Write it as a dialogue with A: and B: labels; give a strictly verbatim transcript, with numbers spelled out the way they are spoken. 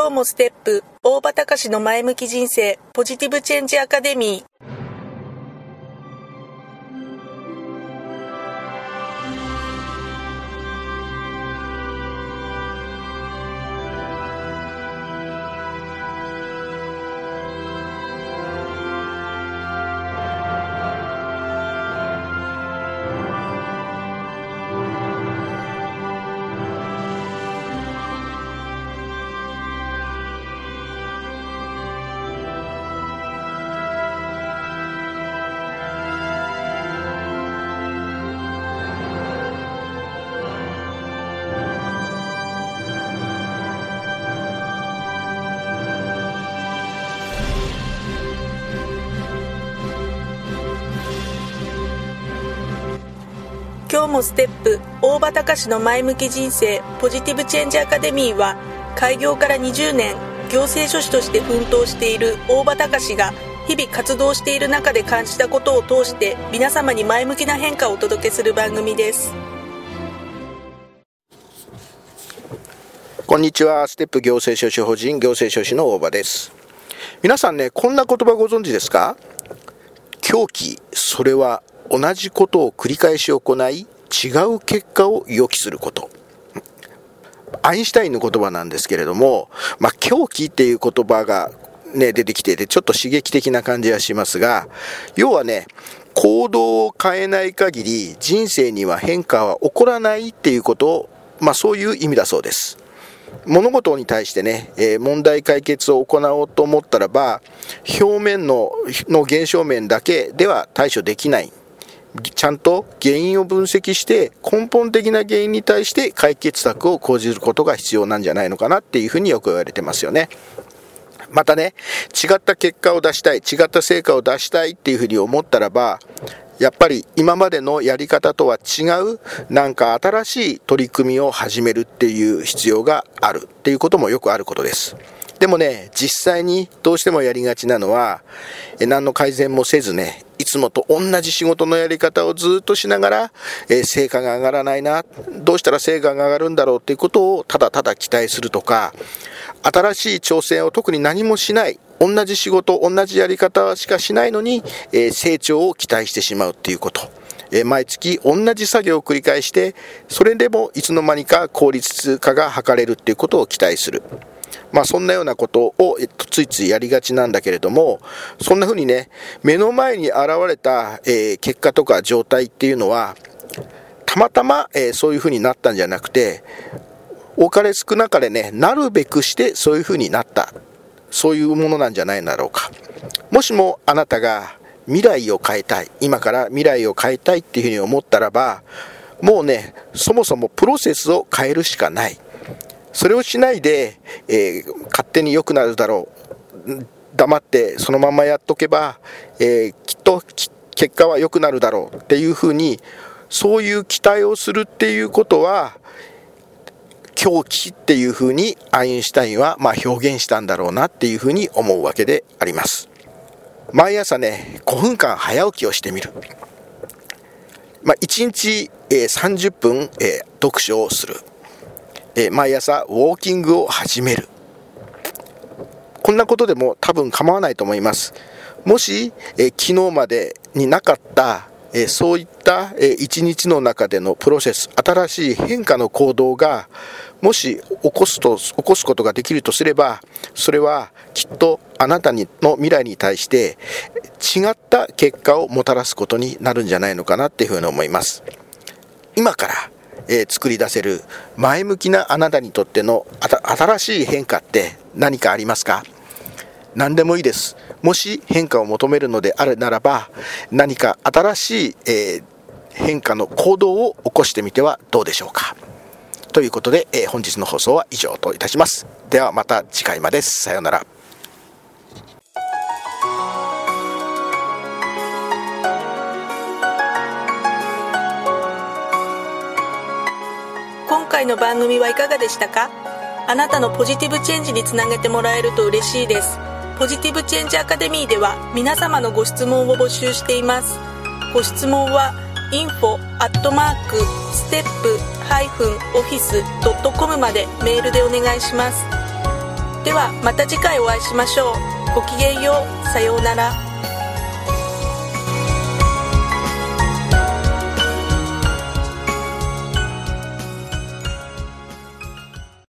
A: 今日もステップ大場隆の前向き人生ポジティブチェンジアカデミー。今日もステップ大場隆の前向き人生ポジティブチェンジアカデミーは、開業からにじゅうねん行政書士として奮闘している大場隆が日々活動している中で感じたことを通して皆様に前向きな変化をお届けする番組です。
B: こんにちは。ステップ行政書士法人行政書士の大場です。皆さんね、こんな言葉ご存知ですか？狂気、それは同じことを繰り返し行い違う結果を予期すること。アインシュタインの言葉なんですけれども、まあ、狂気っていう言葉が、ね、出てきていてちょっと刺激的な感じはしますが、要はね、行動を変えない限り人生には変化は起こらないっていうことを、まあ、そういう意味だそうです。物事に対してね、えー、問題解決を行おうと思ったらば、表面のの現象面だけでは対処できない。ちゃんと原因を分析して根本的な原因に対して解決策を講じることが必要なんじゃないのかなっていうふうによく言われてますよね。またね、違った結果を出したい、違った成果を出したいっていうふうに思ったらば、やっぱり今までのやり方とは違うなんか新しい取り組みを始めるっていう必要があるっていうこともよくあることです。でもね、実際にどうしてもやりがちなのは、え何の改善もせずね、いつもと同じ仕事のやり方をずっとしながら、えー、成果が上がらないな、どうしたら成果が上がるんだろうっていうことをただただ期待するとか、新しい挑戦を特に何もしない、同じ仕事、同じやり方しかしないのに、えー、成長を期待してしまうっていうこと。えー、毎月同じ作業を繰り返して、それでもいつの間にか効率化が図れるっていうことを期待する。まあそんなようなことをついついやりがちなんだけれども、そんな風にね、目の前に現れた、えー、結果とか状態っていうのは、たまたま、えー、そういう風になったんじゃなくて、多かれ少なかれね、なるべくしてそういう風になった。そういうものなんじゃないだろうか。もしもあなたが未来を変えたい、今から未来を変えたいっていう風に思ったらば、もうね、そもそもプロセスを変えるしかない。それをしないで、えー、勝手に良くなるだろう、黙ってそのままやっとけば、えー、きっと結果は良くなるだろうっていうふうに、そういう期待をするっていうことは狂気っていうふうにアインシュタインはまあ表現したんだろうなっていうふうに思うわけであります。毎朝ね、ごふんかん早起きをしてみる。まあ、いちにち、えー、さんじゅっぷん、えー、読書をする。え毎朝ウォーキングを始める。こんなことでも多分構わないと思います。もし、え昨日までになかった、えそういった、え一日の中でのプロセス、新しい変化の行動がもし起こすと起こすことができるとすれば、それはきっとあなたにの未来に対して違った結果をもたらすことになるんじゃないのかなっていうふうに思います。今からえー、作り出せる前向きなあなたにとっての新しい変化って何かありますか？何でもいいです。もし変化を求めるのであるならば、何か新しい、えー、変化の行動を起こしてみてはどうでしょうか。ということで、えー、本日の放送は以上といたします。ではまた次回まで。さようなら。
A: 今回の番組はいかがでしたか？あなたのポジティブチェンジにつなげてもらえると嬉しいです。ポジティブチェンジアカデミーでは皆様のご質問を募集しています。ご質問は インフォ アットマーク ステップ ハイフン オフィス ドットコム までメールでお願いします。 ではまた次回お会いしましょう。ごきげんよう。さようなら。